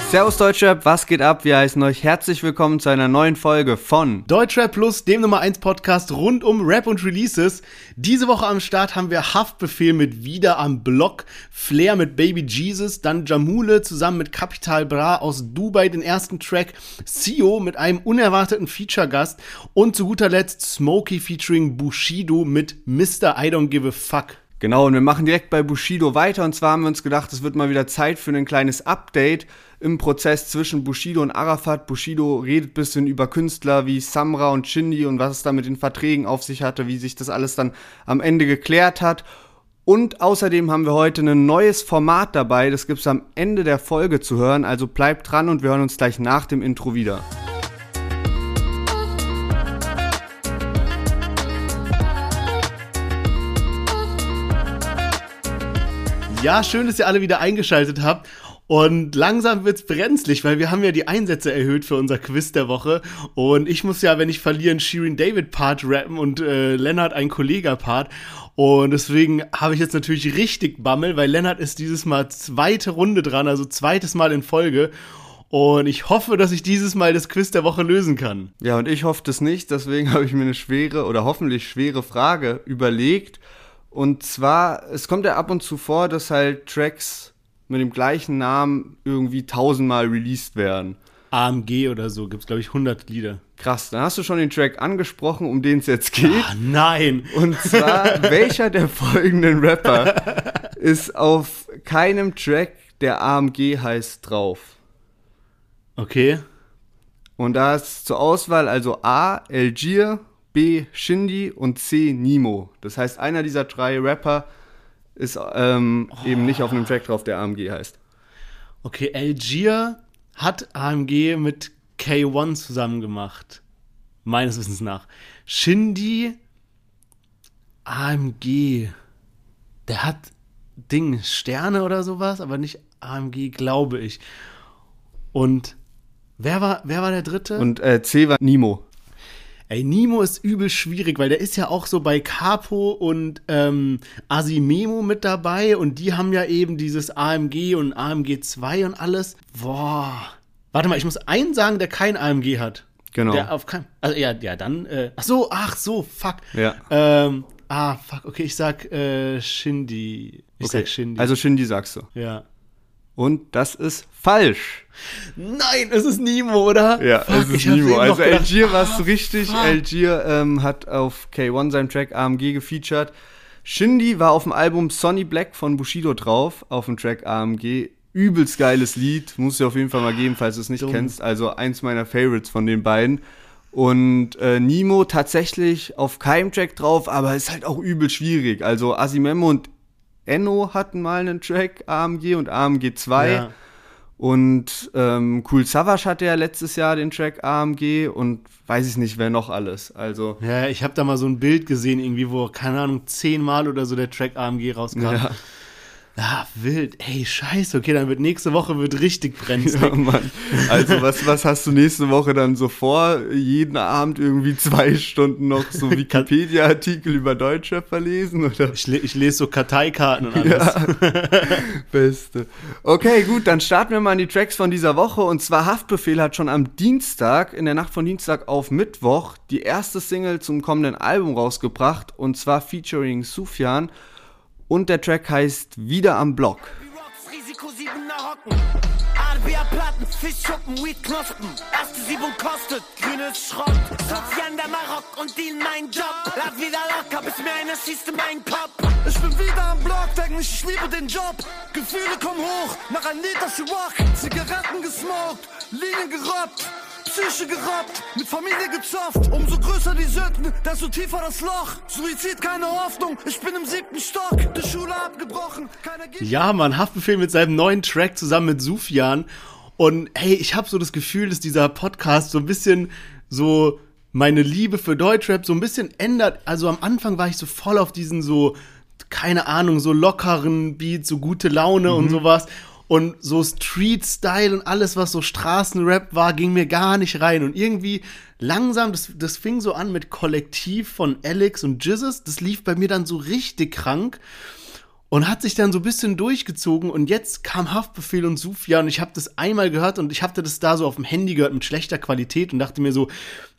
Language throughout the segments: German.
Servus Deutschrap, was geht ab? Wir heißen euch herzlich willkommen zu einer neuen Folge von Deutschrap Plus, dem Nummer 1 Podcast rund um Rap und Releases. Diese Woche am Start haben wir Haftbefehl mit Wieder am Block, Flair mit Baby Jesus, dann Jamule zusammen mit Capital Bra aus Dubai den ersten Track, Sio mit einem unerwarteten Feature-Gast und zu guter Letzt Smokey featuring Bushido mit Mr. I Don't Give a Fuck. Genau, und wir machen direkt bei Bushido weiter. Und zwar haben wir uns gedacht, es wird mal wieder Zeit für ein kleines Update im Prozess zwischen Bushido und Arafat. Bushido redet ein bisschen über Künstler wie Samra und Shindy und was es da mit den Verträgen auf sich hatte, wie sich das alles dann am Ende geklärt hat. Und außerdem haben wir heute ein neues Format dabei. Das gibt es am Ende der Folge zu hören. Also bleibt dran und wir hören uns gleich nach dem Intro wieder. Ja, schön, dass ihr alle wieder eingeschaltet habt. Und langsam wird's brenzlig, weil wir haben ja die Einsätze erhöht für unser Quiz der Woche. Und ich muss ja, wenn ich verliere, einen Shirin David Part rappen und Lennart ein Kollega-Part. Und deswegen habe ich jetzt natürlich richtig Bammel, weil Lennart ist dieses Mal zweite Runde dran, also zweites Mal in Folge. Und ich hoffe, dass ich dieses Mal das Quiz der Woche lösen kann. Ja, und ich hoffe das nicht. Deswegen habe ich mir eine schwere oder hoffentlich schwere Frage überlegt. Und zwar, es kommt ja ab und zu vor, dass halt Tracks mit dem gleichen Namen irgendwie 1000-mal released werden. AMG oder so, gibt's glaube ich 100 Lieder. Krass, dann hast du schon den Track angesprochen, um den es jetzt geht. Ah, nein! Und zwar, welcher der folgenden Rapper ist auf keinem Track, der AMG heißt, drauf? Okay. Und da ist zur Auswahl also A, Elgier, B, Shindy und C, Nemo. Das heißt, einer dieser drei Rapper ist eben nicht auf einem Track drauf, der AMG heißt. Okay, Elgier hat AMG mit K1 zusammen gemacht. Meines Wissens nach. Shindy, AMG. Der hat Sterne oder sowas, aber nicht AMG, glaube ich. Und wer war der dritte? Und C war Nemo. Ey, Nemo ist übel schwierig, weil der ist ja auch so bei Capo und Asimemo mit dabei und die haben ja eben dieses AMG und AMG 2 und alles. Boah. Warte mal, ich muss einen sagen, der kein AMG hat. Genau. Der auf kein, also ja, dann, ach so, fuck. Ja. Fuck, okay, ich sag Shindy. Sag Shindy. Also Shindy sagst du. Ja. Und das ist falsch. Nein, es ist Nemo, oder? Ja, fuck, es ist Nemo. Also Elgier war es richtig. Elgier hat auf K1 seinem Track AMG gefeatured. Shindy war auf dem Album Sonny Black von Bushido drauf, auf dem Track AMG. Übelst geiles Lied, musst du auf jeden Fall mal geben, falls du es nicht kennst. Also eins meiner Favorites von den beiden. Und Nemo tatsächlich auf keinem Track drauf, aber ist halt auch übel schwierig. Also Asimemo und Enno hatten mal einen Track, AMG und AMG 2. Ja. Und Kool Savas hatte ja letztes Jahr den Track AMG und weiß ich nicht, wer noch alles. Also ja, ich habe da mal so ein Bild gesehen, irgendwie, wo, keine Ahnung, 10-mal oder so der Track AMG rauskam. Ja. Ah, wild. Ey, scheiße. Okay, dann nächste Woche richtig brenzlig. Ja, Mann. Also was hast du nächste Woche dann so vor? Jeden Abend irgendwie 2 Stunden noch so Wikipedia-Artikel über Deutschrap verlesen? Oder? Ich lese so Karteikarten und alles. Ja. Beste. Okay, gut, dann starten wir mal in die Tracks von dieser Woche. Und zwar Haftbefehl hat schon am Dienstag, in der Nacht von Dienstag auf Mittwoch, die erste Single zum kommenden Album rausgebracht. Und zwar featuring Sufjan. Und der Track heißt Wieder am Block. Risiko 7er Hocken. ADBA Platten, Fischschuppen, Weedknospen. Erste Siebung kostet, grünes Schrott. Sofian der Marok und die mein Job. Lad wieder locker, bis mir einer schießt in meinen Kopf. Ich bin wieder am Block, denk nicht, ich liebe den Job. Gefühle kommen hoch, nach ein Liter Schiwak. Zigaretten gesmoked, Linien gerobbt. Psyche gerobbt, mit Familie gezofft. Umso größer die Sünden, desto tiefer das Loch. Suizid, keine Hoffnung, ich bin im 7. Stock. Die Schule abgebrochen, keiner geht. Ja, Mann, Haftbefehl mit seinem neuen Track zusammen mit Sufjan. Und hey, ich habe so das Gefühl, dass dieser Podcast so ein bisschen so meine Liebe für Deutschrap so ein bisschen ändert. Also am Anfang war ich so voll auf diesen so, keine Ahnung, so lockeren Beat, so gute Laune und sowas. Und so Street-Style und alles, was so Straßenrap war, ging mir gar nicht rein. Und irgendwie langsam, das fing so an mit Kollektiv von Alex und Jizzes. Das lief bei mir dann so richtig krank. und hat sich dann so ein bisschen durchgezogen und jetzt kam Haftbefehl und Sufjan und ich habe das einmal gehört und ich hatte das da so auf dem Handy gehört mit schlechter Qualität und dachte mir so,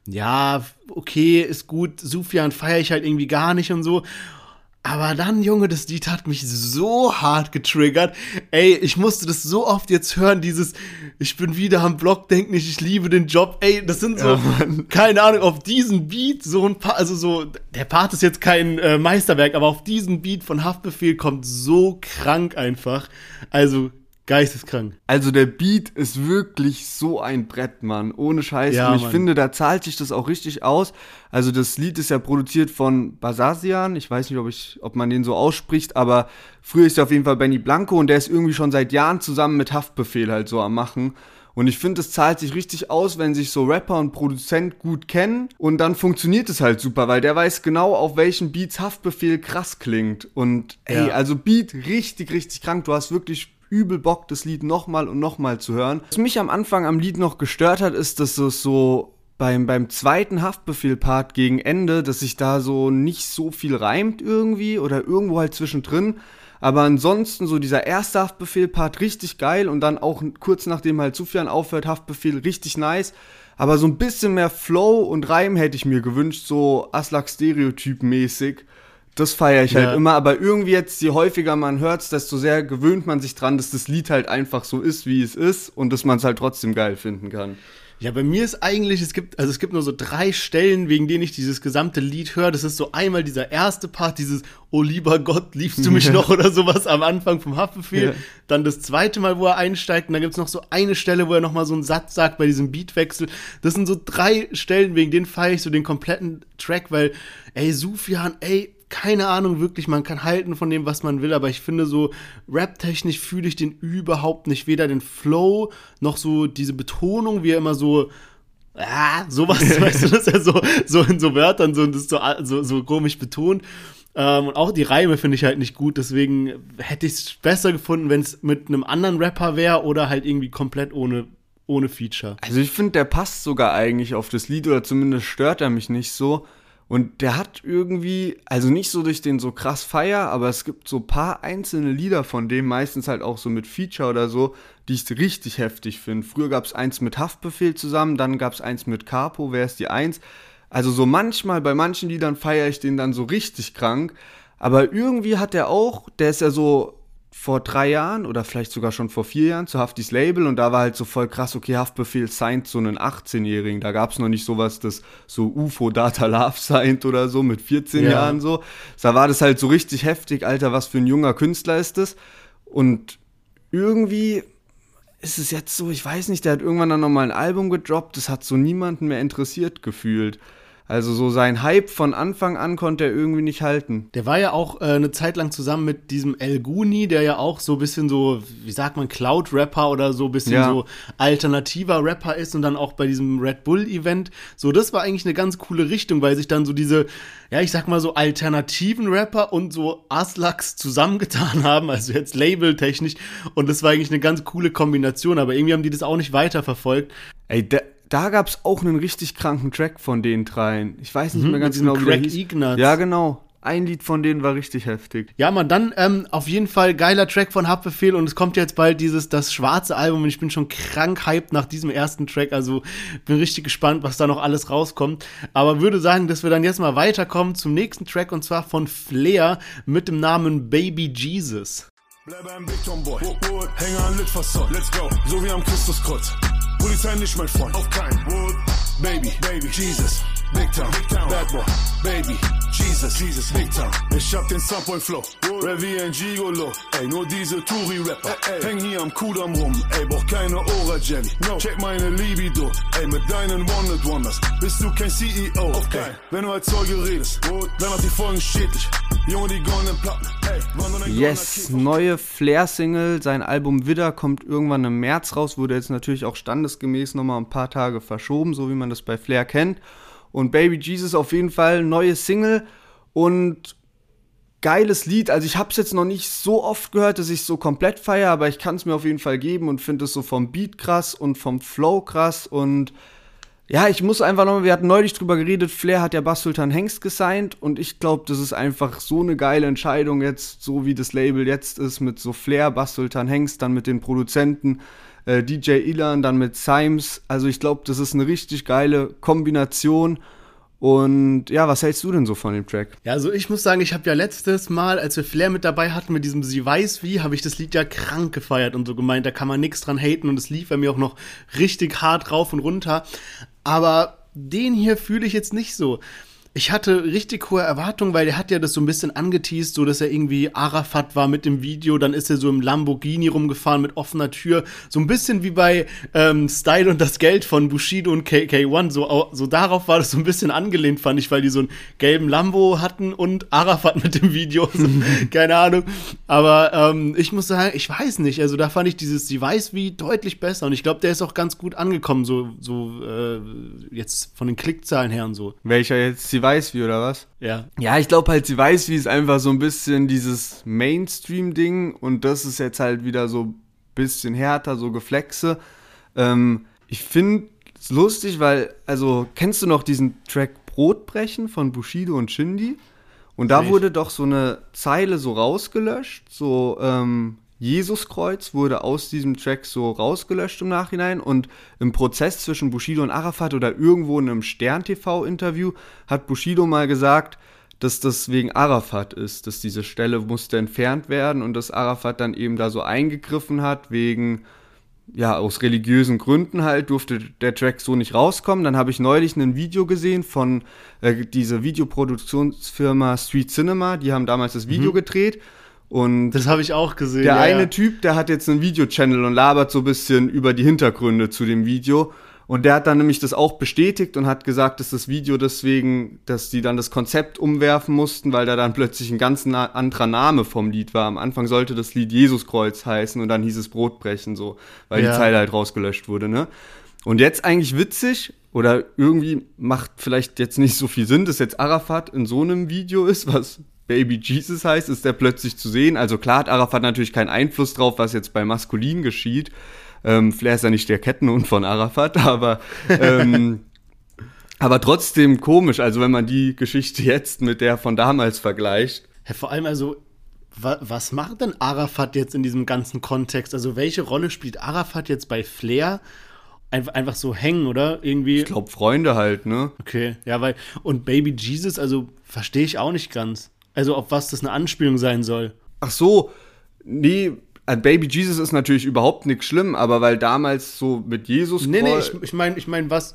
ja, okay, ist gut, Sufjan feiere ich halt irgendwie gar nicht und so. Aber dann, Junge, das Lied hat mich so hart getriggert. Ey, ich musste das so oft jetzt hören, dieses ich bin wieder am Block, denk nicht, ich liebe den Job. Ey, das sind so, keine Ahnung, auf diesen Beat so ein paar, also so, der Part ist jetzt kein Meisterwerk, aber auf diesen Beat von Haftbefehl kommt so krank einfach. Also, geisteskrank. Also der Beat ist wirklich so ein Brett, Mann. Ohne Scheiß. Ja, und ich Mann. finde, da zahlt sich das auch richtig aus. Also das Lied ist ja produziert von Basasian. Ich weiß nicht, ob man den so ausspricht, aber früher ist ja auf jeden Fall Benny Blanco und der ist irgendwie schon seit Jahren zusammen mit Haftbefehl halt so am Machen. Und ich finde, es zahlt sich richtig aus, wenn sich so Rapper und Produzent gut kennen und dann funktioniert es halt super, weil der weiß genau, auf welchen Beats Haftbefehl krass klingt. Und ey, Ja. also Beat richtig, richtig krank. Du hast wirklich übel Bock, das Lied nochmal und nochmal zu hören. Was mich am Anfang am Lied noch gestört hat, ist, dass es so beim zweiten Haftbefehl-Part gegen Ende, dass sich da so nicht so viel reimt irgendwie oder irgendwo halt zwischendrin. Aber ansonsten so dieser erste Haftbefehl-Part richtig geil und dann auch kurz nachdem halt Sufjan aufhört, Haftbefehl richtig nice. Aber so ein bisschen mehr Flow und Reim hätte ich mir gewünscht, so Aslak-Stereotyp-mäßig. Das feiere ich halt immer, aber irgendwie jetzt, je häufiger man hört es, desto sehr gewöhnt man sich dran, dass das Lied halt einfach so ist, wie es ist und dass man es halt trotzdem geil finden kann. Ja, bei mir ist eigentlich, es gibt nur so 3 Stellen, wegen denen ich dieses gesamte Lied höre. Das ist so einmal dieser erste Part, dieses Oh lieber Gott, liebst du mich noch oder sowas am Anfang vom Haftbefehl. Ja. Dann das zweite Mal, wo er einsteigt und dann gibt's noch so eine Stelle, wo er noch mal so einen Satz sagt bei diesem Beatwechsel. Das sind so 3 Stellen, wegen denen feiere ich so den kompletten Track, weil, ey, Sufjan, ey, keine Ahnung, wirklich, man kann halten von dem, was man will, aber ich finde so, rap-technisch fühle ich den überhaupt nicht, weder den Flow, noch so diese Betonung, wie er immer so, sowas, weißt du, dass er so in so Wörtern so, das so komisch betont. Und auch die Reime finde ich halt nicht gut, deswegen hätte ich es besser gefunden, wenn es mit einem anderen Rapper wäre oder halt irgendwie komplett ohne Feature. Also ich finde, der passt sogar eigentlich auf das Lied oder zumindest stört er mich nicht so. Und der hat irgendwie, also nicht so durch den so krass Feier, aber es gibt so ein paar einzelne Lieder von dem, meistens halt auch so mit Feature oder so, die ich richtig heftig finde. Früher gab es eins mit Haftbefehl zusammen, dann gab es eins mit Capo, wer ist die Eins? Also so manchmal, bei manchen Liedern feiere ich den dann so richtig krank, aber irgendwie hat der auch, der ist ja so vor 3 Jahren oder vielleicht sogar schon vor 4 Jahren zu Haftis Label und da war halt so voll krass, okay, Haftbefehl signed so einen 18-Jährigen, da gab es noch nicht sowas, das so UFO Data Love signed oder so mit 14 Jahren so. Da war das halt so richtig heftig, Alter, was für ein junger Künstler ist das? Und irgendwie ist es jetzt so, ich weiß nicht, der hat irgendwann dann nochmal ein Album gedroppt, das hat so niemanden mehr interessiert gefühlt. Also so sein Hype von Anfang an konnte er irgendwie nicht halten. Der war ja auch eine Zeit lang zusammen mit diesem El Guni, der ja auch so ein bisschen so, wie sagt man, Cloud-Rapper oder so ein bisschen so alternativer Rapper ist und dann auch bei diesem Red Bull-Event. So, das war eigentlich eine ganz coole Richtung, weil sich dann so diese, ja, ich sag mal so alternativen Rapper und so Aslaks zusammengetan haben, also jetzt labeltechnisch. Und das war eigentlich eine ganz coole Kombination, aber irgendwie haben die das auch nicht weiterverfolgt. Ey, da gab's auch einen richtig kranken Track von den 3. Ich weiß nicht mehr ganz mit genau, wie der Craig hieß. Ignatz. Ja, genau. Ein Lied von denen war richtig heftig. Ja, man, dann auf jeden Fall geiler Track von Haftbefehl und es kommt jetzt bald das schwarze Album und ich bin schon krank hyped nach diesem ersten Track, also bin richtig gespannt, was da noch alles rauskommt, aber würde sagen, dass wir dann jetzt mal weiterkommen zum nächsten Track und zwar von Flair mit dem Namen Baby Jesus. Bleib ein Big Tom Boy, Hänger an Litfaßzeug, let's go, so wie am Christuskreuz. Polizei nicht mein Freund, auf keinen Wood. Baby, Jesus, Big Town, Bad Boy, Baby, Jesus, Big Town. Ich hab den Subway Flow, Rap wie ein Gigolo. Ey, nur diese Touri-Rapper, häng hier am Kudamm rum. Ey, brauch keine Ora-Jelly, check meine Libido. Ey, mit deinen Wanted Wonders bist du kein CEO. Okay, wenn du als Zeuge redest, dann hat die Folgen schädlich. Junge, die goldenen Platten, ey, Yes, neue Flair-Single, sein Album Widder kommt irgendwann im März raus, wurde jetzt natürlich auch standesgemäß nochmal ein paar Tage verschoben, so wie man das bei Flair kennt. Und Baby Jesus auf jeden Fall, neue Single und geiles Lied. Also ich hab's jetzt noch nicht so oft gehört, dass ich es so komplett feiere, aber ich kann es mir auf jeden Fall geben und finde es so vom Beat krass und vom Flow krass und Ja, ich muss einfach nochmal, wir hatten neulich drüber geredet, Flair hat ja Bass Sultan Hengst gesigned und ich glaube, das ist einfach so eine geile Entscheidung jetzt, so wie das Label jetzt ist, mit so Flair, Bass Sultan Hengst, dann mit den Produzenten, DJ Ilan, dann mit Symes. Also ich glaube, das ist eine richtig geile Kombination. Und ja, was hältst du denn so von dem Track? Ja, also ich muss sagen, ich habe ja letztes Mal, als wir Flair mit dabei hatten, mit diesem Sie weiß wie, habe ich das Lied ja krank gefeiert und so gemeint, da kann man nichts dran haten und es lief bei mir auch noch richtig hart rauf und runter. Aber den hier fühle ich jetzt nicht so. Ich hatte richtig hohe Erwartungen, weil der hat ja das so ein bisschen angeteast, so dass er irgendwie Arafat war mit dem Video, dann ist er so im Lamborghini rumgefahren mit offener Tür, so ein bisschen wie bei Style und das Geld von Bushido und KK1, so darauf war das so ein bisschen angelehnt, fand ich, weil die so einen gelben Lambo hatten und Arafat mit dem Video, so, keine Ahnung, aber ich muss sagen, ich weiß nicht, also da fand ich dieses Sie weiß wie deutlich besser und ich glaube, der ist auch ganz gut angekommen, so jetzt von den Klickzahlen her und so. Welcher jetzt? Sie weiß wie, oder was? Ja. Ja, ich glaube halt, Sie weiß wie ist einfach so ein bisschen dieses Mainstream-Ding und das ist jetzt halt wieder so ein bisschen härter, so Geflexe. Ich finde es lustig, weil, also, kennst du noch diesen Track Brotbrechen von Bushido und Shindy? Und da wurde doch so eine Zeile so rausgelöscht, so, Jesuskreuz wurde aus diesem Track so rausgelöscht im Nachhinein und im Prozess zwischen Bushido und Arafat oder irgendwo in einem Stern-TV-Interview hat Bushido mal gesagt, dass das wegen Arafat ist, dass diese Stelle musste entfernt werden und dass Arafat dann eben da so eingegriffen hat, wegen, ja, aus religiösen Gründen halt, durfte der Track so nicht rauskommen. Dann habe ich neulich ein Video gesehen von dieser Videoproduktionsfirma Street Cinema, die haben damals das Video gedreht. Und das habe ich auch gesehen. Der eine Typ, der hat jetzt einen Video-Channel und labert so ein bisschen über die Hintergründe zu dem Video. Und der hat dann nämlich das auch bestätigt und hat gesagt, dass das Video deswegen, dass die dann das Konzept umwerfen mussten, weil da dann plötzlich ein ganz anderer Name vom Lied war. Am Anfang sollte das Lied Jesuskreuz heißen und dann hieß es Brotbrechen so, weil die Zeile halt rausgelöscht wurde, ne? Und jetzt eigentlich witzig oder irgendwie macht vielleicht jetzt nicht so viel Sinn, dass jetzt Arafat in so einem Video ist, was Baby Jesus heißt, ist der plötzlich zu sehen. Also klar hat Arafat natürlich keinen Einfluss drauf, was jetzt bei Maskulin geschieht. Flair ist ja nicht der Kettenhund von Arafat, aber trotzdem komisch, also wenn man die Geschichte jetzt mit der von damals vergleicht. Ja, vor allem also, was macht denn Arafat jetzt in diesem ganzen Kontext? Also welche Rolle spielt Arafat jetzt bei Flair? Einfach so hängen, oder? Irgendwie. Ich glaube Freunde halt, ne? Okay, ja, weil, und Baby Jesus, also verstehe ich auch nicht ganz. Also auf was das eine Anspielung sein soll. Ach so, nee, an Baby Jesus ist natürlich überhaupt nichts schlimm, aber weil damals so mit Jesus... Nee, ich meine, was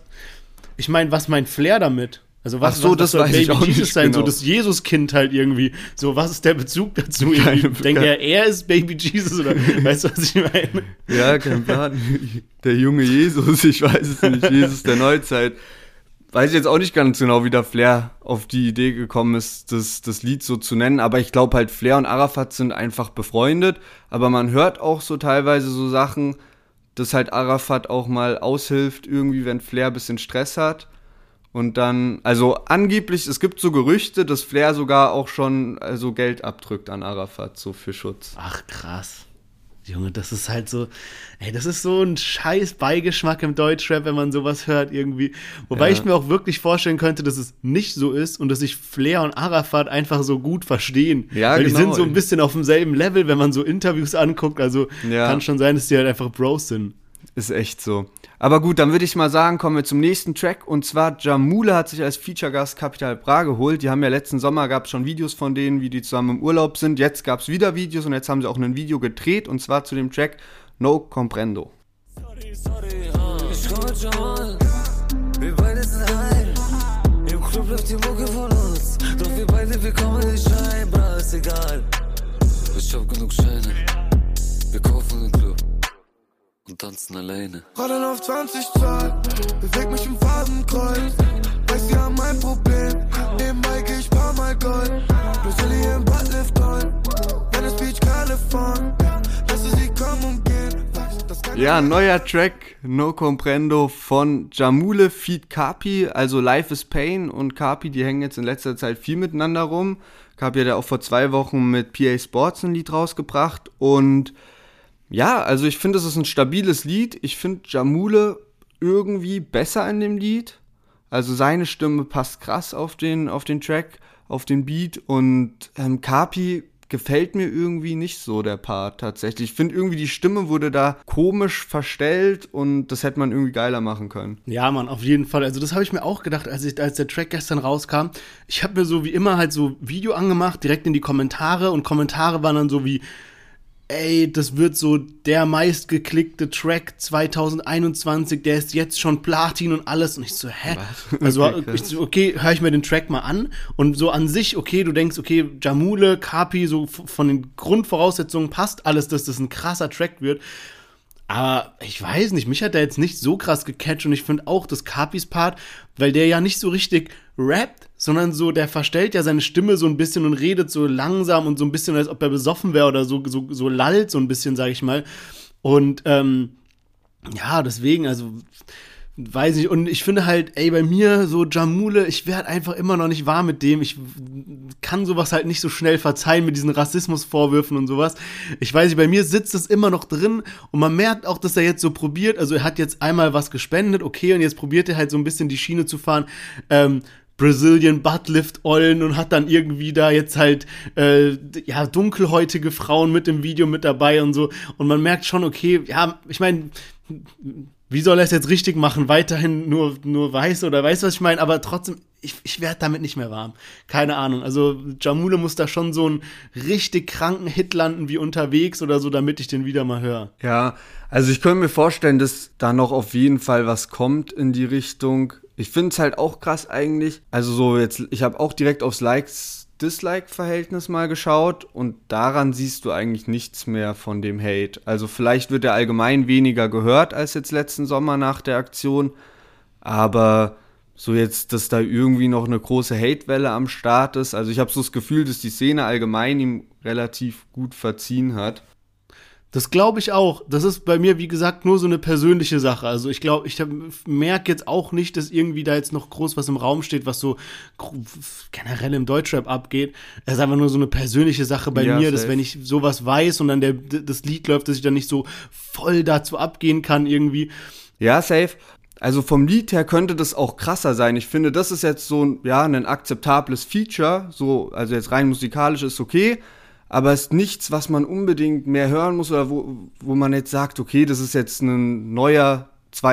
meint Flair damit? Also was, ach so, was das weiß ich auch nicht sein, genau. So das Jesuskind halt irgendwie. So, was ist der Bezug dazu? Denkt er ist Baby Jesus oder weißt du, was ich meine? Ja, kein Plan. Der junge Jesus, ich weiß es nicht, Jesus der Neuzeit. Weiß ich jetzt auch nicht ganz genau, wie der Flair auf die Idee gekommen ist, das Lied so zu nennen, aber ich glaube halt, Flair und Arafat sind einfach befreundet, aber man hört auch so teilweise so Sachen, dass halt Arafat auch mal aushilft irgendwie, wenn Flair ein bisschen Stress hat und dann, also angeblich, es gibt so Gerüchte, dass Flair sogar auch schon also Geld abdrückt an Arafat, so für Schutz. Ach krass. Junge, das ist halt so, das ist so ein scheiß Beigeschmack im Deutschrap, wenn man sowas hört irgendwie. Wobei ich mir auch wirklich vorstellen könnte, dass es nicht so ist und dass sich Flair und Arafat einfach so gut verstehen. Ja, weil genau. Die sind so ein bisschen auf demselben Level, wenn man so Interviews anguckt. Also kann schon sein, dass die halt einfach Bros sind. Ist echt so. Aber gut, dann würde ich mal sagen, kommen wir zum nächsten Track. Und zwar Jamule hat sich als Feature-Gast Capital Bra geholt. Die haben ja letzten Sommer, gab es schon Videos von denen, wie die zusammen im Urlaub sind. Jetzt gab es wieder Videos und jetzt haben sie auch ein Video gedreht. Und zwar zu dem Track No Comprendo. Sorry, ich komm mit Jamal. Wir beide sind heim. Im Club läuft die Mucke von uns. Doch wir beide, wir kommen nicht rein. Bra, ist egal. Ich hab genug Scheine. Wir kaufen den Club. Und tanzen alleine. Rollen auf 20 Zoll, beweg mich im Fadenkreuz. Weiß, sie haben ein Problem, nebenbei geh ich paar Mal Gold. Brüssel hier im Buttlift on, Venice Beach, California. Lasse sie kommen und gehen. Ja, neuer Track, No Comprendo von Jamule feat. Kapi, also Life is Pain und Kapi, die hängen jetzt in letzter Zeit viel miteinander rum. Kapi hat ja auch vor 2 Wochen mit PA Sports ein Lied rausgebracht und ja, also ich finde, es ist ein stabiles Lied. Ich finde, Jamule irgendwie besser in dem Lied. Also seine Stimme passt krass auf den Track, auf den Beat und Kapi gefällt mir irgendwie nicht so, der Part tatsächlich. Ich finde irgendwie, die Stimme wurde da komisch verstellt und das hätte man irgendwie geiler machen können. Ja, Mann, auf jeden Fall. Also das habe ich mir auch gedacht, als der Track gestern rauskam. Ich habe mir so wie immer halt so Video angemacht, direkt in die Kommentare und Kommentare waren dann so wie, ey, das wird so der meistgeklickte Track 2021, der ist jetzt schon Platin und alles. Und ich so, hä? Also, okay, höre ich mir den Track mal an. Und so an sich, okay, du denkst, okay, Jamule, Kapi, so von den Grundvoraussetzungen passt alles, dass das ein krasser Track wird. Aber ich weiß nicht, mich hat der jetzt nicht so krass gecatcht und ich finde auch das Kapis Part, weil der ja nicht so richtig rappt, sondern so, der verstellt ja seine Stimme so ein bisschen und redet so langsam und so ein bisschen, als ob er besoffen wäre oder so lallt so ein bisschen, sag ich mal. Und ja, deswegen, also weiß nicht, und ich finde halt, ey, bei mir so Jamule, ich werde einfach immer noch nicht warm mit dem, ich kann sowas halt nicht so schnell verzeihen mit diesen Rassismusvorwürfen und sowas. Ich weiß nicht, bei mir sitzt das immer noch drin und man merkt auch, dass er jetzt so probiert, also er hat jetzt einmal was gespendet, okay, und jetzt probiert er halt so ein bisschen die Schiene zu fahren, Brazilian Buttlift Ollen und hat dann irgendwie da jetzt halt ja dunkelhäutige Frauen mit im Video mit dabei und so und man merkt schon, okay, ja, ich meine, wie soll er es jetzt richtig machen? Weiterhin nur weiß oder weißt du, was ich meine? Aber trotzdem, ich werde damit nicht mehr warm. Keine Ahnung. Also Jamule muss da schon so einen richtig kranken Hit landen wie Unterwegs oder so, damit ich den wieder mal höre. Ja, also ich könnte mir vorstellen, dass da noch auf jeden Fall was kommt in die Richtung. Ich finde es halt auch krass eigentlich. Also so jetzt, ich habe auch direkt aufs Likes-Dislike-Verhältnis mal geschaut und daran siehst du eigentlich nichts mehr von dem Hate. Also vielleicht wird er allgemein weniger gehört als jetzt letzten Sommer nach der Aktion, aber so jetzt, dass da irgendwie noch eine große Hatewelle am Start ist. Also ich habe so das Gefühl, dass die Szene allgemein ihm relativ gut verziehen hat. Das glaube ich auch. Das ist bei mir, wie gesagt, nur so eine persönliche Sache. Also ich glaube, ich merke jetzt auch nicht, dass irgendwie da jetzt noch groß was im Raum steht, was so generell im Deutschrap abgeht. Es ist einfach nur so eine persönliche Sache bei mir, dass wenn ich sowas weiß und dann das Lied läuft, dass ich dann nicht so voll dazu abgehen kann irgendwie. Ja, safe. Also vom Lied her könnte das auch krasser sein. Ich finde, das ist jetzt so ein akzeptables Feature. So, also jetzt rein musikalisch ist okay. Aber es ist nichts, was man unbedingt mehr hören muss oder wo man jetzt sagt, okay, das ist jetzt ein neuer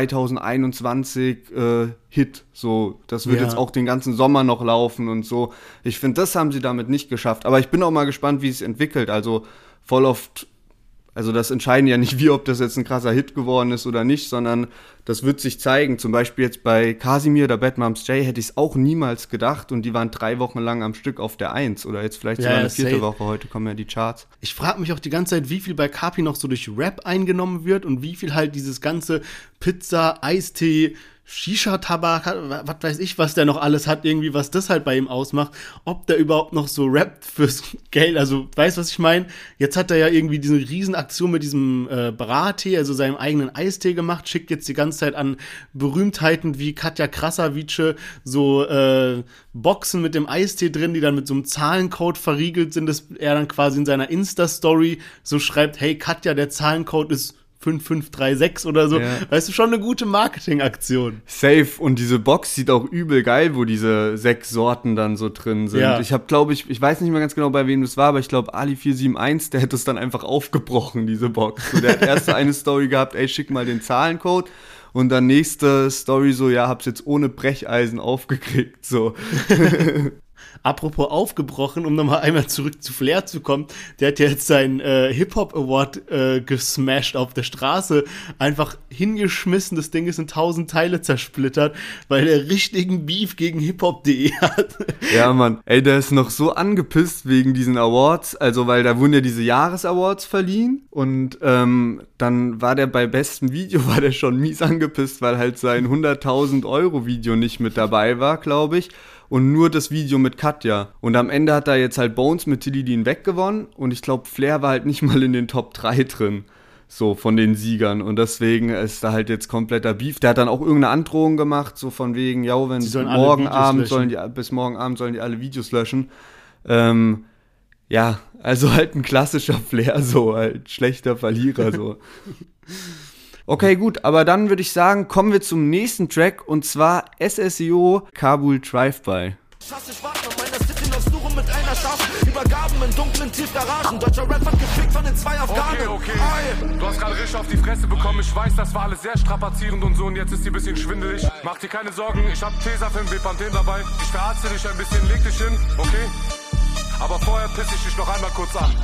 2021 Hit. So, das wird jetzt auch den ganzen Sommer noch laufen und so. Ich finde, das haben sie damit nicht geschafft. Aber ich bin auch mal gespannt, wie es entwickelt. Also voll oft, also das entscheiden ja nicht wir, ob das jetzt ein krasser Hit geworden ist oder nicht, sondern das wird sich zeigen. Zum Beispiel jetzt bei Casimir, der Bad Moms J, hätte ich es auch niemals gedacht und die waren 3 Wochen lang am Stück auf der 1 oder jetzt vielleicht sogar eine 4. Woche, heute kommen ja die Charts. Ich frage mich auch die ganze Zeit, wie viel bei Kapi noch so durch Rap eingenommen wird und wie viel halt dieses ganze Pizza, Eistee, Shisha-Tabak, was weiß ich, was der noch alles hat, irgendwie, was das halt bei ihm ausmacht, ob der überhaupt noch so rappt fürs Geld, also, weißt du, was ich meine? Jetzt hat er ja irgendwie diese Riesenaktion mit diesem Brattee, also seinem eigenen Eistee gemacht, schickt jetzt die ganze Zeit an Berühmtheiten wie Katja Krasavice so Boxen mit dem Eistee drin, die dann mit so einem Zahlencode verriegelt sind, dass er dann quasi in seiner Insta-Story so schreibt, hey Katja, der Zahlencode ist 5536 oder so. Ja. Weißt du, schon eine gute Marketingaktion. Safe. Und diese Box sieht auch übel geil, wo diese 6 Sorten dann so drin sind. Ja. Ich habe, glaube ich weiß nicht mehr ganz genau, bei wem das war, aber ich glaube, Ali471, der hätte es dann einfach aufgebrochen, diese Box. So, der hat erst eine Story gehabt, ey, schick mal den Zahlencode. Und dann nächste Story so, ja, hab's jetzt ohne Brecheisen aufgekriegt, so. Apropos aufgebrochen, um nochmal einmal zurück zu Flair zu kommen, der hat ja jetzt seinen Hip-Hop-Award gesmashed auf der Straße, einfach hingeschmissen, das Ding ist in 1000 Teile zersplittert, weil er richtigen Beef gegen hiphop.de hat. Ja, Mann, ey, der ist noch so angepisst wegen diesen Awards, also weil da wurden ja diese Jahresawards verliehen und dann war der bei bestem Video, war der schon mies angepisst, weil halt sein 100.000 Euro Video nicht mit dabei war, glaube ich. Und nur das Video mit Katja. Und am Ende hat da jetzt halt Bones mit Tilly Dean weggewonnen. Und ich glaube, Flair war halt nicht mal in den Top 3 drin. So, von den Siegern. Und deswegen ist da halt jetzt kompletter Beef. Der hat dann auch irgendeine Androhung gemacht, so von wegen, ja, wenn bis morgen Abend sollen die alle Videos löschen. Ja, also halt ein klassischer Flair, so, halt schlechter Verlierer, so. Okay, gut, aber dann würde ich sagen, kommen wir zum nächsten Track und zwar SSEO Kabul Drive-By. Ich warte auf meiner City noch suchen mit einer scharfen Übergaben in dunklen Tiefgaragen. Deutscher Rap wird gefickt von den 2 Afghanen. Okay. Du hast gerade richtig auf die Fresse bekommen. Ich weiß, das war alles sehr strapazierend und so und jetzt ist die ein bisschen schwindelig. Mach dir keine Sorgen, ich hab Tesafilm, Bepanthen dabei. Ich verarzte dich ein bisschen, leg dich hin, okay? Aber vorher piss ich dich noch einmal kurz an.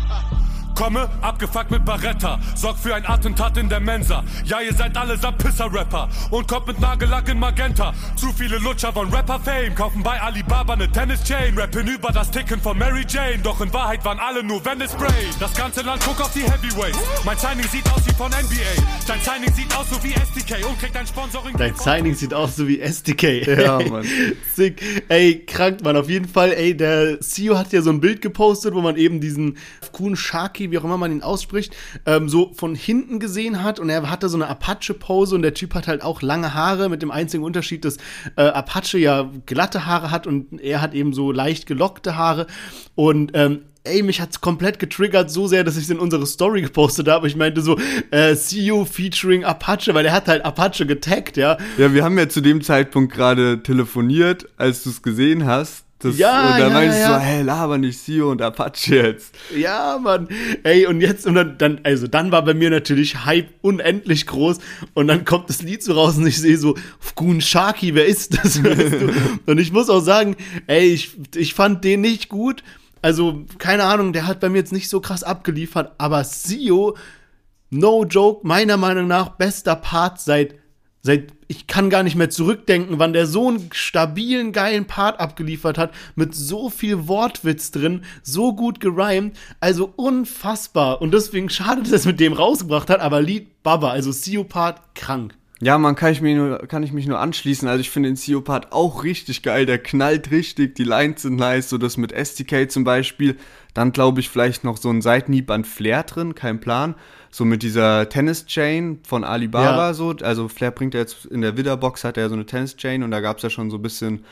Komme, abgefuckt mit Barretta, sorg für ein Attentat in der Mensa. Ja, ihr seid allesamt Pisser-Rapper und kommt mit Nagellack in Magenta. Zu viele Lutscher von Rapper-Fame, kaufen bei Alibaba ne Tennis-Chain. Rappen über das Ticken von Mary Jane, doch in Wahrheit waren alle nur Venice-Spray. Das ganze Land guckt auf die Heavyweights, mein Signing sieht aus wie von NBA. Dein Signing sieht aus so wie SDK und kriegt ein Sponsoring. Dein Signing sieht aus so wie SDK. Ja, Mann. Sick. Ey, krank, Mann. Auf jeden Fall, ey, der CEO hat ja so ein Bild gepostet, wo man eben diesen Kun Shaki, wie auch immer man ihn ausspricht, so von hinten gesehen hat und er hatte so eine Apache-Pose und der Typ hat halt auch lange Haare, mit dem einzigen Unterschied, dass Apache ja glatte Haare hat und er hat eben so leicht gelockte Haare und ey, mich hat's komplett getriggert so sehr, dass ich es in unsere Story gepostet habe. Ich meinte so, CEO featuring Apache, weil er hat halt Apache getaggt, ja. Ja, wir haben ja zu dem Zeitpunkt gerade telefoniert, als du es gesehen hast. Und da meinte ich so, hey, laber nicht CEO und Apache jetzt. Ja, Mann. Ey, und jetzt, und dann war bei mir natürlich Hype unendlich groß und dann kommt das Lied so raus und ich sehe so, Kun Shaki, wer ist das? Weißt du? Und ich muss auch sagen, ey, ich fand den nicht gut. Also, keine Ahnung, der hat bei mir jetzt nicht so krass abgeliefert, aber CEO, no joke, meiner Meinung nach bester Part seit ich kann gar nicht mehr zurückdenken, wann der so einen stabilen, geilen Part abgeliefert hat, mit so viel Wortwitz drin, so gut gerimt, also unfassbar. Und deswegen schade, dass er es mit dem rausgebracht hat, aber Lied Baba, also CEO-Part krank. Ja, kann ich mich nur anschließen. Also ich finde den CEO-Part auch richtig geil, der knallt richtig, die Lines sind nice, so das mit STK zum Beispiel. Dann glaube ich vielleicht noch so ein Seitenhieb an Flair drin, kein Plan. So mit dieser Tennis-Chain von Alibaba so. Also Flair bringt ja jetzt in der Widderbox, hat er so eine Tennis-Chain und da gab es ja schon so ein bisschen,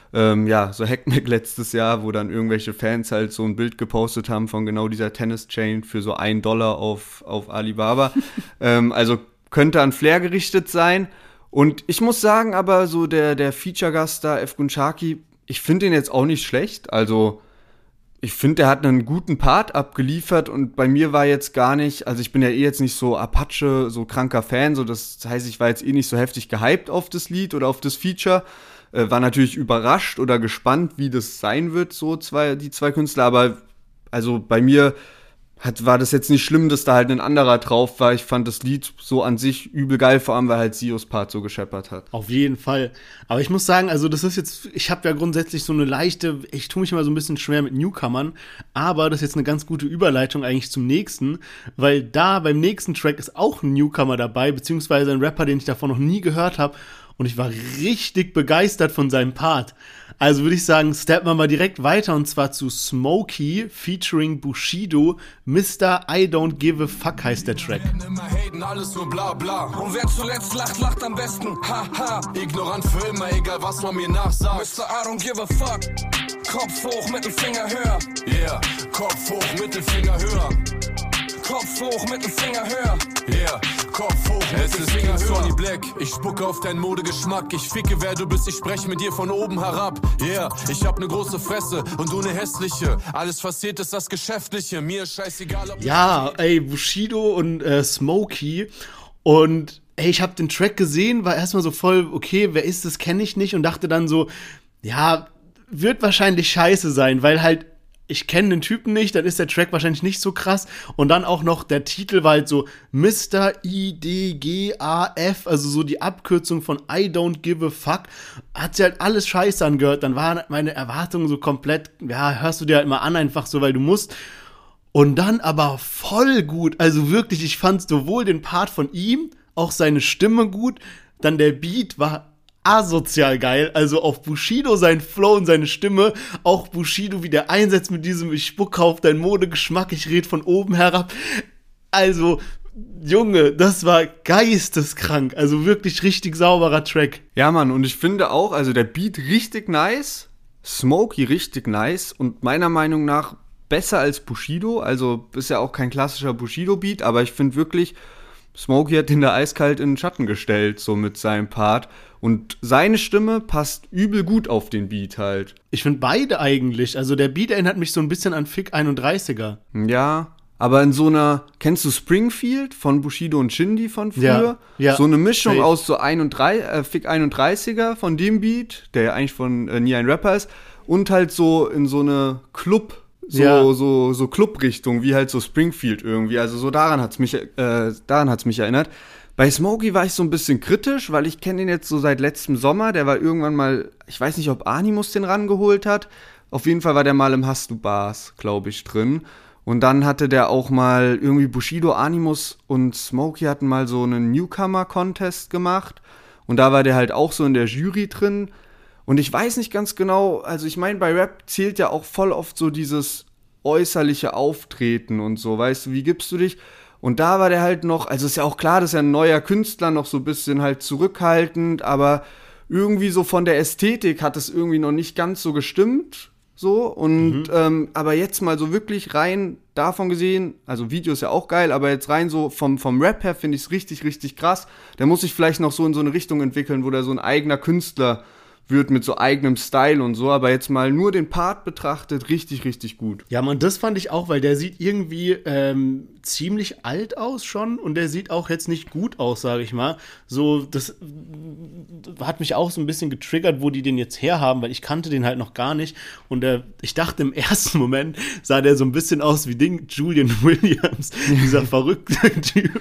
so Hackmack letztes Jahr, wo dann irgendwelche Fans halt so ein Bild gepostet haben von genau dieser Tennis-Chain für so $1 auf Alibaba. Also könnte an Flair gerichtet sein. Und ich muss sagen, aber so der Feature-Gast da, F. Shaki, ich finde den jetzt auch nicht schlecht. Also ich finde, der hat einen guten Part abgeliefert und bei mir war jetzt gar nicht, also ich bin ja jetzt nicht so Apache, so kranker Fan, so das heißt, ich war jetzt nicht so heftig gehypt auf das Lied oder auf das Feature, war natürlich überrascht oder gespannt, wie das sein wird, so die zwei Künstler, aber also bei mir war das jetzt nicht schlimm, dass da halt ein anderer drauf war. Ich fand das Lied so an sich übel geil, vor allem, weil halt Sios Part so gescheppert hat. Auf jeden Fall. Aber ich muss sagen, also das ist jetzt, ich habe ja grundsätzlich so eine leichte, ich tue mich immer so ein bisschen schwer mit Newcomern, aber das ist jetzt eine ganz gute Überleitung eigentlich zum nächsten, weil da beim nächsten Track ist auch ein Newcomer dabei, beziehungsweise ein Rapper, den ich davon noch nie gehört habe und ich war richtig begeistert von seinem Part. Also würde ich sagen, steppen wir mal direkt weiter und zwar zu Smokey featuring Bushido. Mr. I Don't Give a Fuck heißt der Track. Immer haten, alles nur bla bla. Und wer zuletzt lacht, lacht am besten. Haha, ignorant für immer, egal was man mir nachsagt. Mr. I Don't Give a Fuck. Kopf hoch, Mittelfinger höher. Yeah, Kopf hoch, Mittelfinger höher. Kopf hoch, Mittelfinger höher. Yeah, Kopf hoch, Mittelfinger höher. Sonny Black, ich spucke auf deinen Modegeschmack. Ich ficke, wer du bist, ich spreche mit dir von oben herab. Yeah, ich hab ne große Fresse und du ne hässliche. Alles, was zählt, ist das Geschäftliche. Mir ist scheißegal, ob... Ja, ey, Bushido und Smokey. Und ey, ich hab den Track gesehen, war erstmal so voll, okay, wer ist das, kenne ich nicht. Und dachte dann so, ja, wird wahrscheinlich scheiße sein, weil halt ich kenne den Typen nicht, dann ist der Track wahrscheinlich nicht so krass. Und dann auch noch, der Titel war halt so Mr. IDGAF, also so die Abkürzung von I Don't Give a Fuck. Hat sich halt alles scheiße angehört. Dann waren meine Erwartungen so komplett, ja, hörst du dir halt mal an, einfach so, weil du musst. Und dann aber voll gut. Also wirklich, ich fand sowohl den Part von ihm, auch seine Stimme gut, dann der Beat war asozial geil, also auf Bushido sein Flow und seine Stimme, auch Bushido, wie der einsetzt mit diesem ich spucke auf deinen Modegeschmack, ich red von oben herab, also Junge, das war geisteskrank, also wirklich richtig sauberer Track. Ja Mann, und ich finde auch, also der Beat richtig nice, Smokey richtig nice und meiner Meinung nach besser als Bushido, also ist ja auch kein klassischer Bushido-Beat, aber ich finde wirklich, Smokey hat den da eiskalt in den Schatten gestellt, so mit seinem Part. Und seine Stimme passt übel gut auf den Beat halt. Ich finde beide eigentlich. Also der Beat erinnert mich so ein bisschen an Fick 31er. Ja, aber in so einer, kennst du Springfield von Bushido und Shindy von früher? Ja, so eine Mischung safe. aus so Fick 31er von dem Beat, der ja eigentlich von Nie ein Rapper ist, und halt so in so eine so Club-Richtung, wie halt so Springfield irgendwie. Also so daran hat's mich erinnert. Bei Smokey war ich so ein bisschen kritisch, weil ich kenne den jetzt so seit letztem Sommer. Der war irgendwann mal, ich weiß nicht, ob Animus den rangeholt hat. Auf jeden Fall war der mal im Hast du Bars, glaube ich, drin. Und dann hatte der auch mal irgendwie Bushido, Animus und Smokey hatten mal so einen Newcomer-Contest gemacht. Und da war der halt auch so in der Jury drin. Und ich weiß nicht ganz genau, also ich meine, bei Rap zählt ja auch voll oft so dieses äußerliche Auftreten und so, weißt du, wie gibst du dich? Und da war der halt noch, also ist ja auch klar, dass er ein neuer Künstler, noch so ein bisschen halt zurückhaltend, aber irgendwie so von der Ästhetik hat es irgendwie noch nicht ganz so gestimmt, so. Und aber jetzt mal so wirklich rein davon gesehen, also Video ist ja auch geil, aber jetzt rein so vom Rap her finde ich es richtig, richtig krass. Der muss sich vielleicht noch so in so eine Richtung entwickeln, wo der so ein eigener Künstler wird mit so eigenem Style und so, aber jetzt mal nur den Part betrachtet, richtig, richtig gut. Ja, man, das fand ich auch, weil der sieht irgendwie ziemlich alt aus schon und der sieht auch jetzt nicht gut aus, sage ich mal. So, das hat mich auch so ein bisschen getriggert, wo die den jetzt herhaben, weil ich kannte den halt noch gar nicht und ich dachte im ersten Moment sah der so ein bisschen aus wie Julian Williams, dieser verrückte Typ.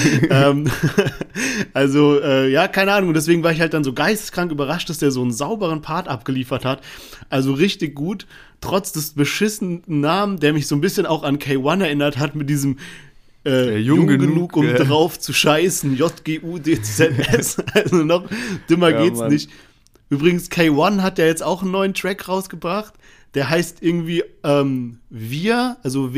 Also, ja, keine Ahnung, und deswegen war ich halt dann so geisteskrank überrascht, dass der so einen sauberen Part abgeliefert hat. Also richtig gut, trotz des beschissenen Namen, der mich so ein bisschen auch an K1 erinnert hat, mit diesem jung genug, um drauf zu scheißen, JGUDZS. Also noch dümmer geht's Mann. nicht. Übrigens, K1 hat ja jetzt auch einen neuen Track rausgebracht. Der heißt irgendwie Wir, also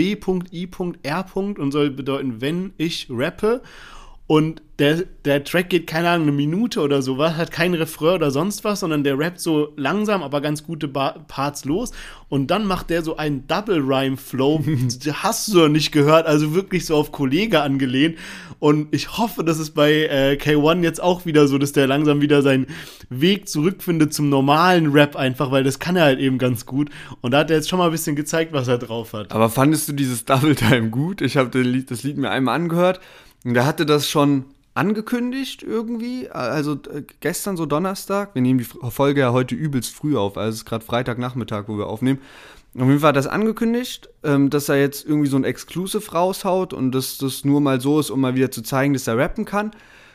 W.I.R. und soll bedeuten, wenn ich rappe. Und der Track geht, keine Ahnung, eine Minute oder sowas, hat kein Refrain oder sonst was, sondern der rappt so langsam, aber ganz gute Parts los. Und dann macht der so einen Double-Rhyme-Flow, hast du noch nicht gehört, also wirklich so auf Kollege angelehnt. Und ich hoffe, dass es bei K1 jetzt auch wieder so, dass der langsam wieder seinen Weg zurückfindet zum normalen Rap einfach, weil das kann er halt eben ganz gut. Und da hat er jetzt schon mal ein bisschen gezeigt, was er drauf hat. Aber fandest du dieses Double Time gut? Ich habe das Lied mir einmal angehört und der hatte das schon angekündigt irgendwie, also gestern so Donnerstag, wir nehmen die Folge ja heute übelst früh auf, also es ist gerade Freitagnachmittag, wo wir aufnehmen. Auf jeden Fall hat das angekündigt, dass er jetzt irgendwie so ein Exclusive raushaut und dass das nur mal so ist, um mal wieder zu zeigen, dass er rappen kann.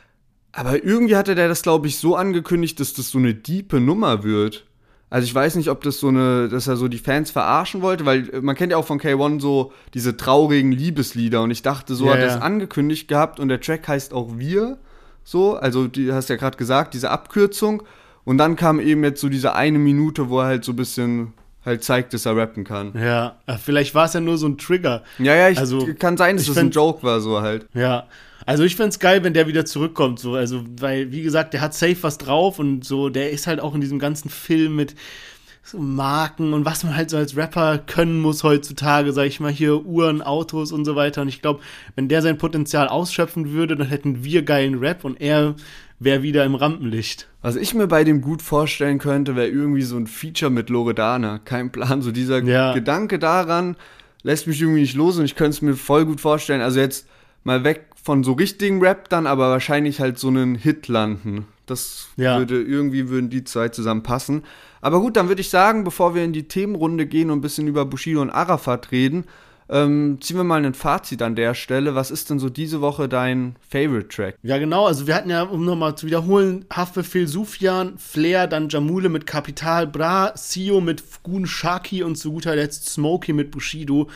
Aber irgendwie hatte der das, glaube ich, so angekündigt, dass das so eine diepe Nummer wird. Also ich weiß nicht, ob das dass er so die Fans verarschen wollte, weil man kennt ja auch von K1 so diese traurigen Liebeslieder und ich dachte, so hat er es angekündigt gehabt und der Track heißt auch Wir, so, also du hast ja gerade gesagt, diese Abkürzung und dann kam eben jetzt so diese eine Minute, wo er halt so ein bisschen halt zeigt, dass er rappen kann. Ja, vielleicht war es ja nur so ein Trigger. Ja, also, kann sein, dass das ein Joke war, so halt. Ja, also ich find's geil, wenn der wieder zurückkommt, so, also, weil, wie gesagt, der hat safe was drauf und so, der ist halt auch in diesem ganzen Film mit so Marken und was man halt so als Rapper können muss heutzutage, sag ich mal, hier Uhren, Autos und so weiter und ich glaube, wenn der sein Potenzial ausschöpfen würde, dann hätten wir geilen Rap und er wäre wieder im Rampenlicht. Was ich mir bei dem gut vorstellen könnte, wäre irgendwie so ein Feature mit Loredana. Kein Plan, so dieser Gedanke daran lässt mich irgendwie nicht los und ich könnte es mir voll gut vorstellen. Also jetzt mal weg von so richtigen Rap dann, aber wahrscheinlich halt so einen Hit landen. Das würden die zwei zusammen passen. Aber gut, dann würde ich sagen, bevor wir in die Themenrunde gehen und ein bisschen über Bushido und Arafat reden, ziehen wir mal ein Fazit an der Stelle. Was ist denn so diese Woche dein Favorite-Track? Ja, genau. Also wir hatten ja, um nochmal zu wiederholen, Haftbefehl Sufjan, Flair, dann Jamule mit Kapital Bra, Sio mit Fgun Shaki und zu guter Letzt Smokey mit Bushido.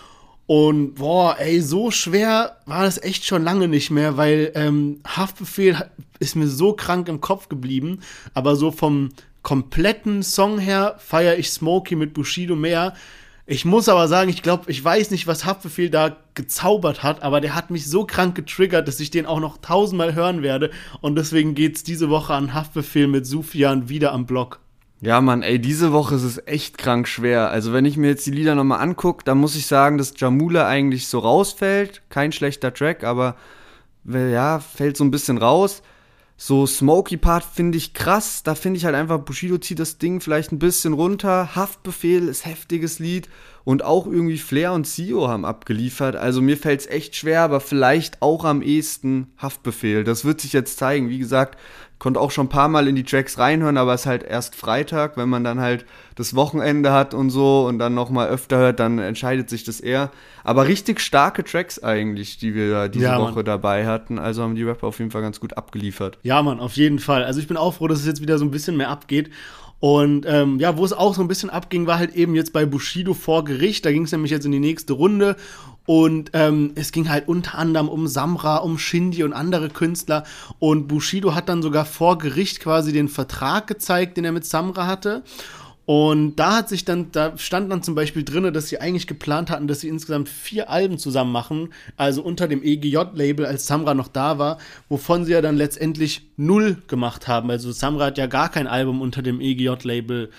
Und boah, ey, so schwer war das echt schon lange nicht mehr, weil Haftbefehl ist mir so krank im Kopf geblieben. Aber so vom kompletten Song her feiere ich Smokey mit Bushido mehr. Ich muss aber sagen, ich weiß nicht, was Haftbefehl da gezaubert hat, aber der hat mich so krank getriggert, dass ich den auch noch 1000-mal hören werde. Und deswegen geht's diese Woche an Haftbefehl mit Sufjan wieder am Block. Ja, Mann, ey, diese Woche ist es echt krank schwer. Also wenn ich mir jetzt die Lieder nochmal angucke, dann muss ich sagen, dass Jamule eigentlich so rausfällt. Kein schlechter Track, aber fällt so ein bisschen raus. So Smokey-Part finde ich krass, da finde ich halt einfach, Bushido zieht das Ding vielleicht ein bisschen runter, Haftbefehl ist heftiges Lied und auch irgendwie Flair und Sio haben abgeliefert, also mir fällt es echt schwer, aber vielleicht auch am ehesten Haftbefehl, das wird sich jetzt zeigen, wie gesagt, konnte auch schon ein paar Mal in die Tracks reinhören, aber es ist halt erst Freitag, wenn man dann halt das Wochenende hat und so und dann nochmal öfter hört, dann entscheidet sich das eher. Aber richtig starke Tracks eigentlich, die wir da diese Woche dabei hatten, also haben die Rapper auf jeden Fall ganz gut abgeliefert. Ja, Mann, auf jeden Fall. Also ich bin auch froh, dass es jetzt wieder so ein bisschen mehr abgeht. Und wo es auch so ein bisschen abging, war halt eben jetzt bei Bushido vor Gericht. Da ging es nämlich jetzt in die nächste Runde. Und es ging halt unter anderem um Samra, um Shindy und andere Künstler. Und Bushido hat dann sogar vor Gericht quasi den Vertrag gezeigt, den er mit Samra hatte. Und da stand dann zum Beispiel drin, dass sie eigentlich geplant hatten, dass sie insgesamt 4 Alben zusammen machen, also unter dem EGJ-Label, als Samra noch da war, wovon sie ja dann letztendlich 0 gemacht haben. Also Samra hat ja gar kein Album unter dem EGJ-Label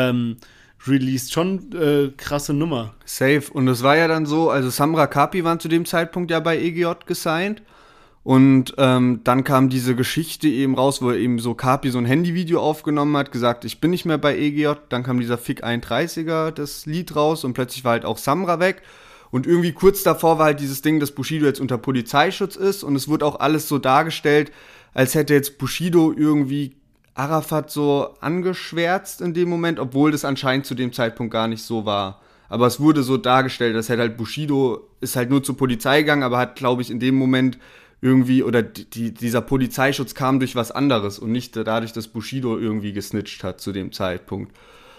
released. Schon krasse Nummer. Safe. Und es war ja dann so, also Samra, Kapi waren zu dem Zeitpunkt ja bei EGJ gesigned. Und dann kam diese Geschichte eben raus, wo eben so Kapi so ein Handyvideo aufgenommen hat, gesagt, ich bin nicht mehr bei EGJ. Dann kam dieser Fick 31er, das Lied raus und plötzlich war halt auch Samra weg. Und irgendwie kurz davor war halt dieses Ding, dass Bushido jetzt unter Polizeischutz ist und es wurde auch alles so dargestellt, als hätte jetzt Bushido irgendwie Arafat so angeschwärzt in dem Moment, obwohl das anscheinend zu dem Zeitpunkt gar nicht so war. Aber es wurde so dargestellt, dass halt Bushido ist halt nur zur Polizei gegangen, aber hat, glaube ich, in dem Moment irgendwie, oder dieser Polizeischutz kam durch was anderes und nicht dadurch, dass Bushido irgendwie gesnitcht hat zu dem Zeitpunkt.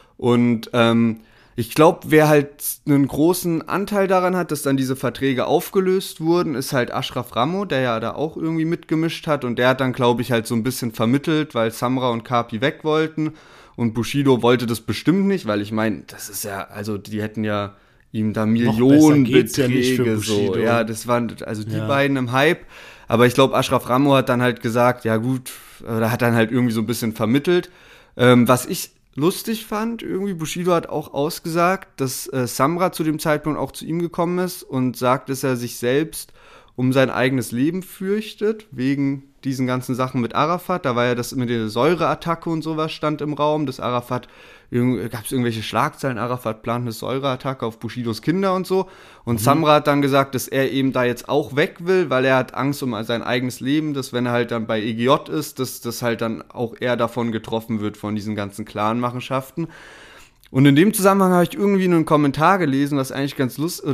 Und ich glaube, wer halt einen großen Anteil daran hat, dass dann diese Verträge aufgelöst wurden, ist halt Ashraf Ramo, der ja da auch irgendwie mitgemischt hat und der hat dann, glaube ich, halt so ein bisschen vermittelt, weil Samra und Kapi weg wollten und Bushido wollte das bestimmt nicht, weil ich meine, das ist ja, also die hätten ja ihm da Millionenbeträge ja so. Ja, das waren also die beiden im Hype. Aber ich glaube, Ashraf Ramo hat dann halt gesagt, ja gut, oder hat dann halt irgendwie so ein bisschen vermittelt. Was ich lustig fand, irgendwie, Bushido hat auch ausgesagt, dass Samra zu dem Zeitpunkt auch zu ihm gekommen ist und sagt, dass er sich selbst um sein eigenes Leben fürchtet, wegen diesen ganzen Sachen mit Arafat. Da war ja das mit der Säureattacke und sowas stand im Raum, dass Arafat, gab es irgendwelche Schlagzeilen, Arafat plant eine Säureattacke auf Bushidos Kinder und so. Und Samra hat dann gesagt, dass er eben da jetzt auch weg will, weil er hat Angst um sein eigenes Leben, dass wenn er halt dann bei EGJ ist, dass das halt dann auch er davon getroffen wird, von diesen ganzen Clan-Machenschaften. Und in dem Zusammenhang habe ich irgendwie einen Kommentar gelesen, was eigentlich ganz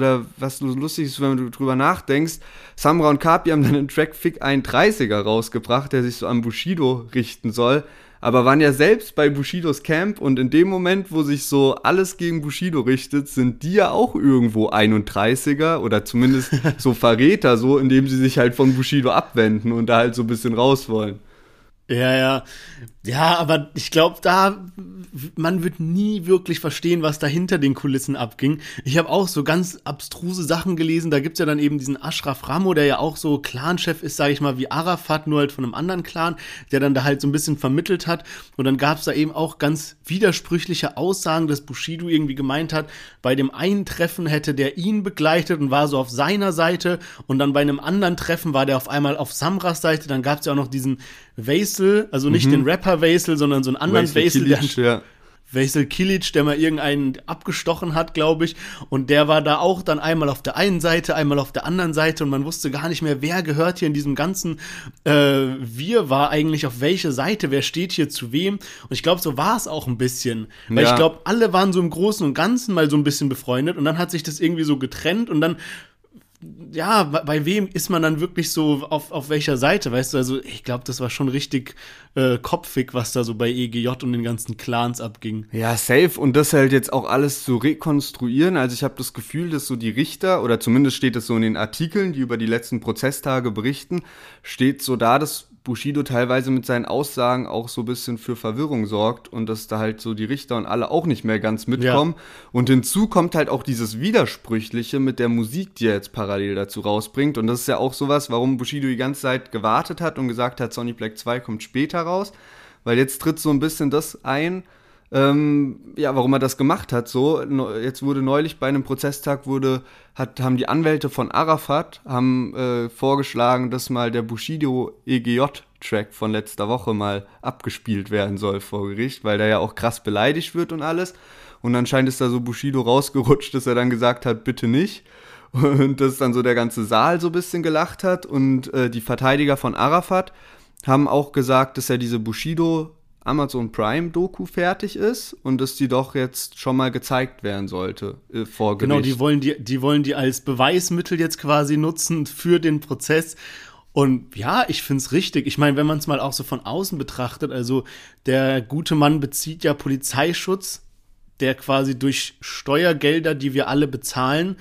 lustig ist, wenn du drüber nachdenkst. Samra und Kapi haben dann einen Track Fick 31er rausgebracht, der sich so an Bushido richten soll, aber waren ja selbst bei Bushidos Camp und in dem Moment, wo sich so alles gegen Bushido richtet, sind die ja auch irgendwo 31er oder zumindest so Verräter, so, indem sie sich halt von Bushido abwenden und da halt so ein bisschen raus wollen. Ja, aber ich glaube, man wird nie wirklich verstehen, was da hinter den Kulissen abging. Ich habe auch so ganz abstruse Sachen gelesen. Da gibt's ja dann eben diesen Ashraf Ramo, der ja auch so Clanchef ist, sage ich mal, wie Arafat, nur halt von einem anderen Clan, der dann da halt so ein bisschen vermittelt hat. Und dann gab's da eben auch ganz widersprüchliche Aussagen, dass Bushido irgendwie gemeint hat, bei dem einen Treffen hätte der ihn begleitet und war so auf seiner Seite. Und dann bei einem anderen Treffen war der auf einmal auf Samras Seite. Dann gab's ja auch noch diesen Vaisal, also nicht den Rapper Vaisal, sondern so einen anderen Vaisal, Vaisal Kilic, der mal irgendeinen abgestochen hat, glaube ich. Und der war da auch dann einmal auf der einen Seite, einmal auf der anderen Seite und man wusste gar nicht mehr, wer gehört hier in diesem ganzen war eigentlich auf welche Seite, wer steht hier zu wem. Und ich glaube, so war es auch ein bisschen. Weil ich glaube, alle waren so im Großen und Ganzen mal so ein bisschen befreundet und dann hat sich das irgendwie so getrennt und dann ja, bei wem ist man dann wirklich so auf welcher Seite, weißt du, also ich glaube, das war schon richtig kopfig, was da so bei EGJ und den ganzen Clans abging. Ja, safe und das halt jetzt auch alles zu rekonstruieren, also ich habe das Gefühl, dass so die Richter, oder zumindest steht es so in den Artikeln, die über die letzten Prozesstage berichten, steht so da, dass Bushido teilweise mit seinen Aussagen auch so ein bisschen für Verwirrung sorgt und dass da halt so die Richter und alle auch nicht mehr ganz mitkommen. Ja. Und hinzu kommt halt auch dieses Widersprüchliche mit der Musik, die er jetzt parallel dazu rausbringt. Und das ist ja auch sowas, warum Bushido die ganze Zeit gewartet hat und gesagt hat, Sonny Black 2 kommt später raus. Weil jetzt tritt so ein bisschen das ein, warum er das gemacht hat. So, jetzt wurde neulich bei einem Prozesstag haben die Anwälte von Arafat vorgeschlagen, dass mal der Bushido EGJ-Track von letzter Woche mal abgespielt werden soll vor Gericht, weil der ja auch krass beleidigt wird und alles. Und anscheinend ist da so Bushido rausgerutscht, dass er dann gesagt hat, bitte nicht. Und dass dann so der ganze Saal so ein bisschen gelacht hat. Und die Verteidiger von Arafat haben auch gesagt, dass ja diese Bushido Amazon Prime Doku fertig ist und dass die doch jetzt schon mal gezeigt werden sollte vor Gericht. Genau, die wollen die als Beweismittel jetzt quasi nutzen für den Prozess. Und ja, ich find's richtig. Ich meine, wenn man es mal auch so von außen betrachtet, also der gute Mann bezieht ja Polizeischutz, der quasi durch Steuergelder, die wir alle bezahlen,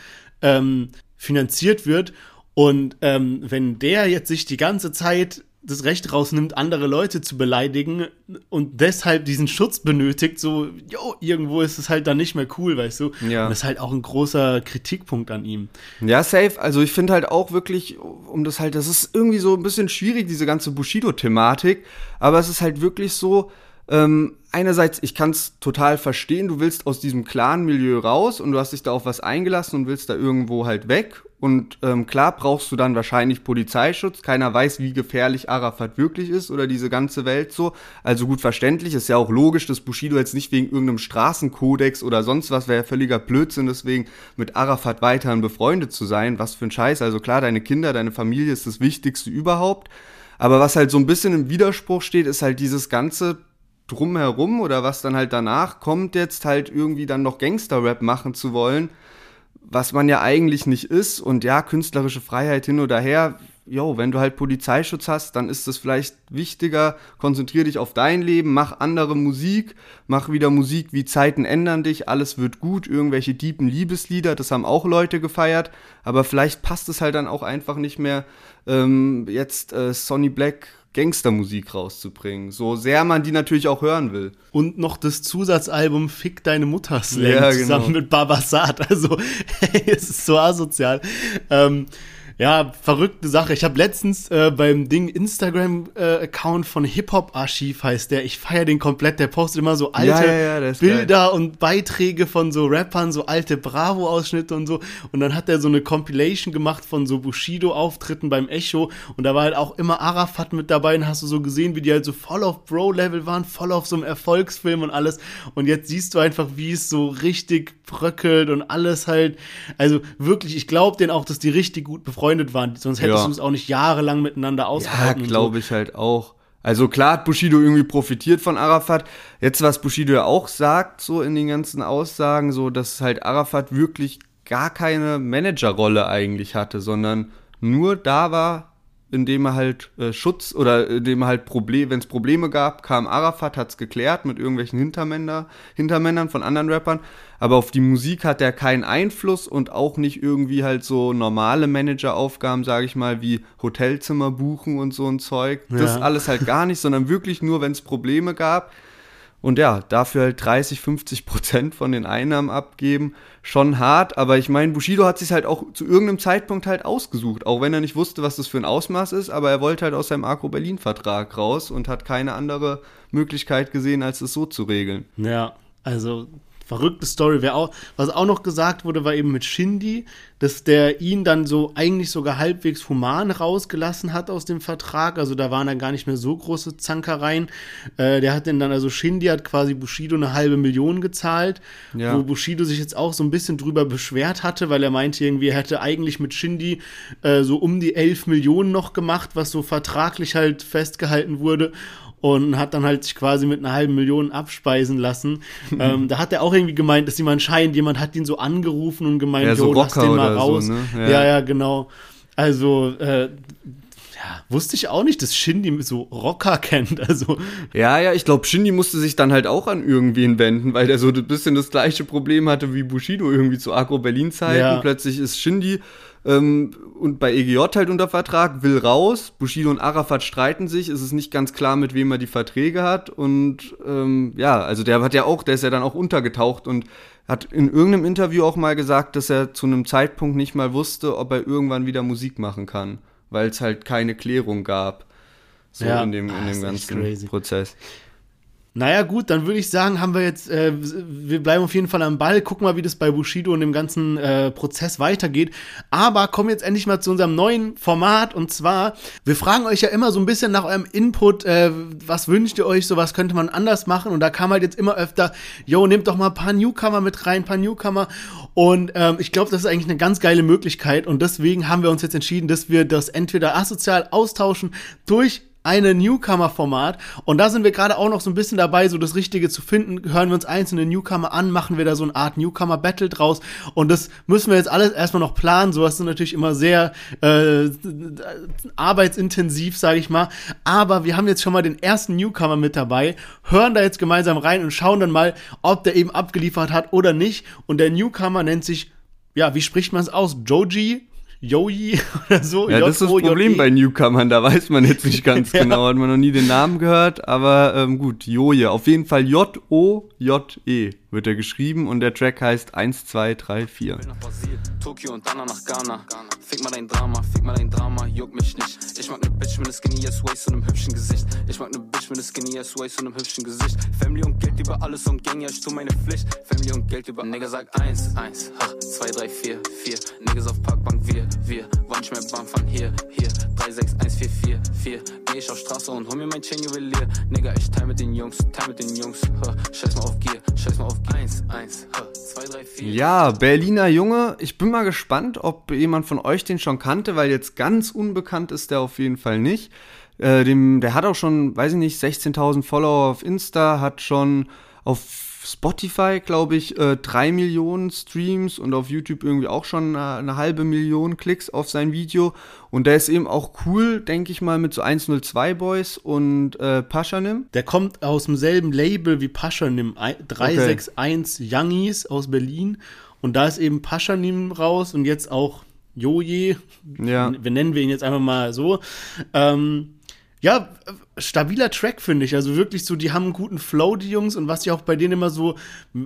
finanziert wird. Und wenn der jetzt sich die ganze Zeit das Recht rausnimmt, andere Leute zu beleidigen und deshalb diesen Schutz benötigt, so, irgendwo ist es halt dann nicht mehr cool, weißt du? Ja. Und das ist halt auch ein großer Kritikpunkt an ihm. Ja, safe. Also ich finde halt auch wirklich, das ist irgendwie so ein bisschen schwierig, diese ganze Bushido-Thematik, aber es ist halt wirklich so, einerseits, ich kann es total verstehen, du willst aus diesem Clan-Milieu raus und du hast dich da auf was eingelassen und willst da irgendwo halt weg. Und klar brauchst du dann wahrscheinlich Polizeischutz. Keiner weiß, wie gefährlich Arafat wirklich ist oder diese ganze Welt so. Also gut verständlich, ist ja auch logisch, dass Bushido jetzt nicht wegen irgendeinem Straßenkodex oder sonst was, wäre ja völliger Blödsinn, deswegen mit Arafat weiterhin befreundet zu sein. Was für ein Scheiß. Also klar, deine Kinder, deine Familie ist das Wichtigste überhaupt. Aber was halt so ein bisschen im Widerspruch steht, ist halt dieses ganze Drumherum oder was dann halt danach kommt, jetzt halt irgendwie dann noch Gangster-Rap machen zu wollen, was man ja eigentlich nicht ist. Und ja, künstlerische Freiheit hin oder her, wenn du halt Polizeischutz hast, dann ist das vielleicht wichtiger, konzentrier dich auf dein Leben, mach andere Musik, mach wieder Musik wie Zeiten ändern dich, alles wird gut, irgendwelche tiefen Liebeslieder, das haben auch Leute gefeiert, aber vielleicht passt es halt dann auch einfach nicht mehr, jetzt Sonny Black Gangstermusik rauszubringen, so sehr man die natürlich auch hören will. Und noch das Zusatzalbum Fick deine Mutter Slang zusammen mit Babasat. Also, es ist so asozial. Ja, verrückte Sache. Ich habe letztens beim Instagram-Account von Hip-Hop-Archiv heißt der, ich feiere den komplett, der postet immer so alte Bilder und Beiträge von so Rappern, so alte Bravo-Ausschnitte und so. Und dann hat er so eine Compilation gemacht von so Bushido-Auftritten beim Echo und da war halt auch immer Arafat mit dabei und hast du so gesehen, wie die halt so voll auf Bro-Level waren, voll auf so einem Erfolgsfilm und alles. Und jetzt siehst du einfach, wie es so richtig bröckelt und alles halt. Also wirklich, ich glaube denen auch, dass die richtig gut befreundet waren, sonst hättest du es auch nicht jahrelang miteinander ausgehalten. Ja, glaube ich halt auch. Also klar hat Bushido irgendwie profitiert von Arafat. Jetzt, was Bushido ja auch sagt, so in den ganzen Aussagen, so, dass halt Arafat wirklich gar keine Managerrolle eigentlich hatte, sondern nur da war, indem er halt Schutz oder indem er halt wenn es Probleme gab, kam Arafat, hat's geklärt mit irgendwelchen Hintermännern von anderen Rappern, aber auf die Musik hat er keinen Einfluss und auch nicht irgendwie halt so normale Manageraufgaben, sage ich mal, wie Hotelzimmer buchen und so ein Zeug. Das alles halt gar nicht, sondern wirklich nur, wenn es Probleme gab. Und ja, dafür halt 30-50% von den Einnahmen abgeben, schon hart. Aber ich meine, Bushido hat sich halt auch zu irgendeinem Zeitpunkt halt ausgesucht, auch wenn er nicht wusste, was das für ein Ausmaß ist, aber er wollte halt aus seinem Agro-Berlin-Vertrag raus und hat keine andere Möglichkeit gesehen, als es so zu regeln. Ja, also verrückte Story. Was auch noch gesagt wurde, war eben mit Shindy, dass der ihn dann so eigentlich sogar halbwegs human rausgelassen hat aus dem Vertrag. Also da waren dann gar nicht mehr so große Zankereien. Der hat dann also Shindy hat quasi Bushido 500.000 gezahlt, wo Bushido sich jetzt auch so ein bisschen drüber beschwert hatte, weil er meinte irgendwie, er hätte eigentlich mit Shindy so um die 11 Millionen noch gemacht, was so vertraglich halt festgehalten wurde. Und hat dann halt sich quasi mit 500.000 abspeisen lassen. Da hat er auch irgendwie gemeint, dass jemand hat ihn so angerufen und gemeint, so lass den mal raus. So, ne? Ja, genau. Also, wusste ich auch nicht, dass Shindy so Rocker kennt. Also. Ja, ich glaube, Shindy musste sich dann halt auch an irgendwen wenden, weil der so ein bisschen das gleiche Problem hatte wie Bushido irgendwie zu Agro-Berlin-Zeiten. Ja. Plötzlich ist Shindy und bei EGJ halt unter Vertrag, will raus. Bushido und Arafat streiten sich. Es ist nicht ganz klar, mit wem er die Verträge hat. Und also der ist ja dann auch untergetaucht und hat in irgendeinem Interview auch mal gesagt, dass er zu einem Zeitpunkt nicht mal wusste, ob er irgendwann wieder Musik machen kann, weil es halt keine Klärung gab. So in dem ganzen Prozess. Naja, gut, dann würde ich sagen, haben wir jetzt, wir bleiben auf jeden Fall am Ball, gucken mal, wie das bei Bushido und dem ganzen Prozess weitergeht. Aber kommen jetzt endlich mal zu unserem neuen Format. Und zwar, wir fragen euch ja immer so ein bisschen nach eurem Input, was wünscht ihr euch, so was könnte man anders machen. Und da kam halt jetzt immer öfter, nehmt doch mal ein paar Newcomer mit rein, ein paar Newcomer. Und ich glaube, das ist eigentlich eine ganz geile Möglichkeit. Und deswegen haben wir uns jetzt entschieden, dass wir das entweder asozial austauschen durch eine Newcomer-Format. Und da sind wir gerade auch noch so ein bisschen dabei, so das Richtige zu finden. Hören wir uns einzelne Newcomer an, machen wir da so eine Art Newcomer-Battle draus. Und das müssen wir jetzt alles erstmal noch planen. Sowas ist natürlich immer sehr arbeitsintensiv, sage ich mal. Aber wir haben jetzt schon mal den ersten Newcomer mit dabei, hören da jetzt gemeinsam rein und schauen dann mal, ob der eben abgeliefert hat oder nicht. Und der Newcomer nennt sich, wie spricht man es aus? Joji oder so. Ja, das ist das Problem bei Newcomern, da weiß man jetzt nicht ganz genau, hat man noch nie den Namen gehört, aber gut, Joje, auf jeden Fall Joje wird er geschrieben und der Track heißt 1, 2, 3, 4. Tokio und dann nach Ghana. Fick mal dein Drama, juckt mich nicht. Ich mag ne Bitch mit ne skinny ass waist und nem hübschen Gesicht. Family und Geld über alles und Gang, ja, ich tu meine Pflicht. Family und Geld über Nigga sagt 1, 2, 3, 4. Niggas auf Parkbank, wir. Wann ich mehr Bahn von hier. 3, 6, 1, 4. Geh ich auf Straße und hol mir mein Chain Juwelier. Nigga, ich teil mit den Jungs. Scheiß mal auf Gier. 1, 2, 3, 4. Ja, Berliner Junge, ich bin mal gespannt, ob jemand von euch den schon kannte, weil jetzt ganz unbekannt ist der auf jeden Fall nicht. Der hat auch schon, weiß ich nicht, 16.000 Follower auf Insta, hat schon auf Spotify, glaube ich, 3 Millionen Streams und auf YouTube irgendwie auch schon eine 500.000 Klicks auf sein Video. Und der ist eben auch cool, denke ich mal, mit so 102 Boys und Pashanim. Der kommt aus demselben Label wie Pashanim, 361 Youngies aus Berlin. Und da ist eben Pashanim raus und jetzt auch Joje. Ja. Wir nennen ihn jetzt einfach mal so. Stabiler Track, finde ich. Also wirklich so, die haben einen guten Flow, die Jungs. Und was ich auch bei denen immer so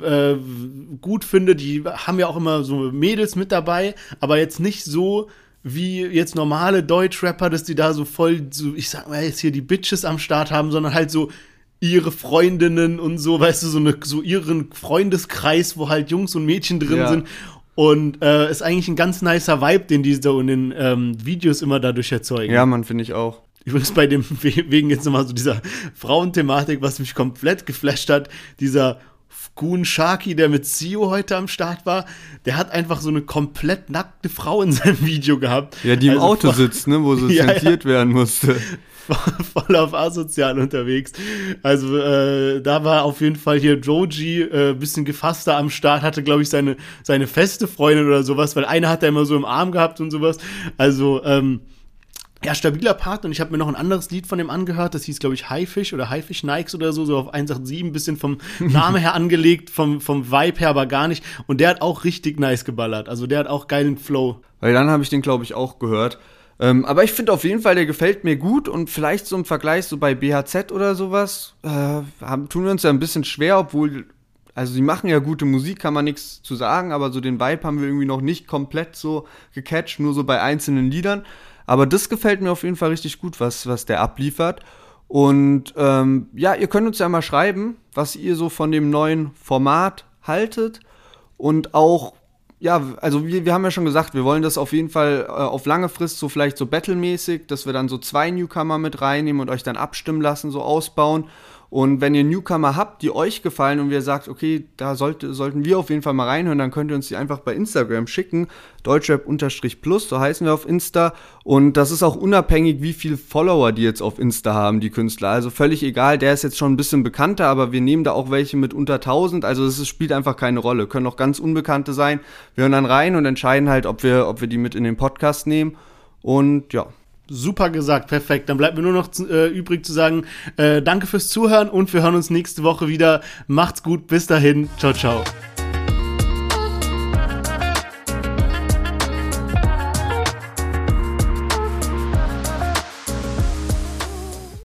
gut finde, die haben ja auch immer so Mädels mit dabei, aber jetzt nicht so wie jetzt normale Deutschrapper, dass die da so voll, so, ich sag mal jetzt hier die Bitches am Start haben, sondern halt so ihre Freundinnen und so, weißt du, so ihren Freundeskreis, wo halt Jungs und Mädchen drin sind. Und ist eigentlich ein ganz nicer Vibe, den die so in den Videos immer dadurch erzeugen. Ja, Mann, finde ich auch. Übrigens bei dem, wegen jetzt nochmal so dieser Frauenthematik, was mich komplett geflasht hat, dieser Goon Sharky, der mit Sio heute am Start war, der hat einfach so eine komplett nackte Frau in seinem Video gehabt. Ja, die im Auto sitzt, ne, wo sie zensiert werden musste. Voll auf asozial unterwegs. Also da war auf jeden Fall hier Joji bisschen gefasster am Start, hatte, glaube ich, seine feste Freundin oder sowas, weil eine hat er immer so im Arm gehabt und sowas. Also, stabiler Part, und ich habe mir noch ein anderes Lied von dem angehört, das hieß, glaube ich, Haifisch oder Haifisch Nikes oder so auf 187, ein bisschen vom Namen her angelegt, vom Vibe her aber gar nicht. Und der hat auch richtig nice geballert, also der hat auch geilen Flow. Weil dann habe ich den, glaube ich, auch gehört. Aber ich finde auf jeden Fall, der gefällt mir gut und vielleicht so im Vergleich so bei BHZ oder sowas, tun wir uns ja ein bisschen schwer, obwohl, also die machen ja gute Musik, kann man nichts zu sagen, aber so den Vibe haben wir irgendwie noch nicht komplett so gecatcht, nur so bei einzelnen Liedern. Aber das gefällt mir auf jeden Fall richtig gut, was der abliefert. Und ihr könnt uns ja mal schreiben, was ihr so von dem neuen Format haltet. Und auch, also wir haben ja schon gesagt, wir wollen das auf jeden Fall auf lange Frist so vielleicht so battlemäßig, dass wir dann so 2 Newcomer mit reinnehmen und euch dann abstimmen lassen, so ausbauen. Und wenn ihr Newcomer habt, die euch gefallen und ihr sagt, okay, da sollten wir auf jeden Fall mal reinhören, dann könnt ihr uns die einfach bei Instagram schicken, Deutschrap_plus, so heißen wir auf Insta. Und das ist auch unabhängig, wie viele Follower die jetzt auf Insta haben, die Künstler. Also völlig egal, der ist jetzt schon ein bisschen bekannter, aber wir nehmen da auch welche mit unter 1000. Also es spielt einfach keine Rolle, können auch ganz Unbekannte sein. Wir hören dann rein und entscheiden halt, ob wir die mit in den Podcast nehmen. Und ja. Super gesagt, perfekt. Dann bleibt mir nur noch übrig zu sagen, danke fürs Zuhören und wir hören uns nächste Woche wieder. Macht's gut, bis dahin. Ciao, ciao.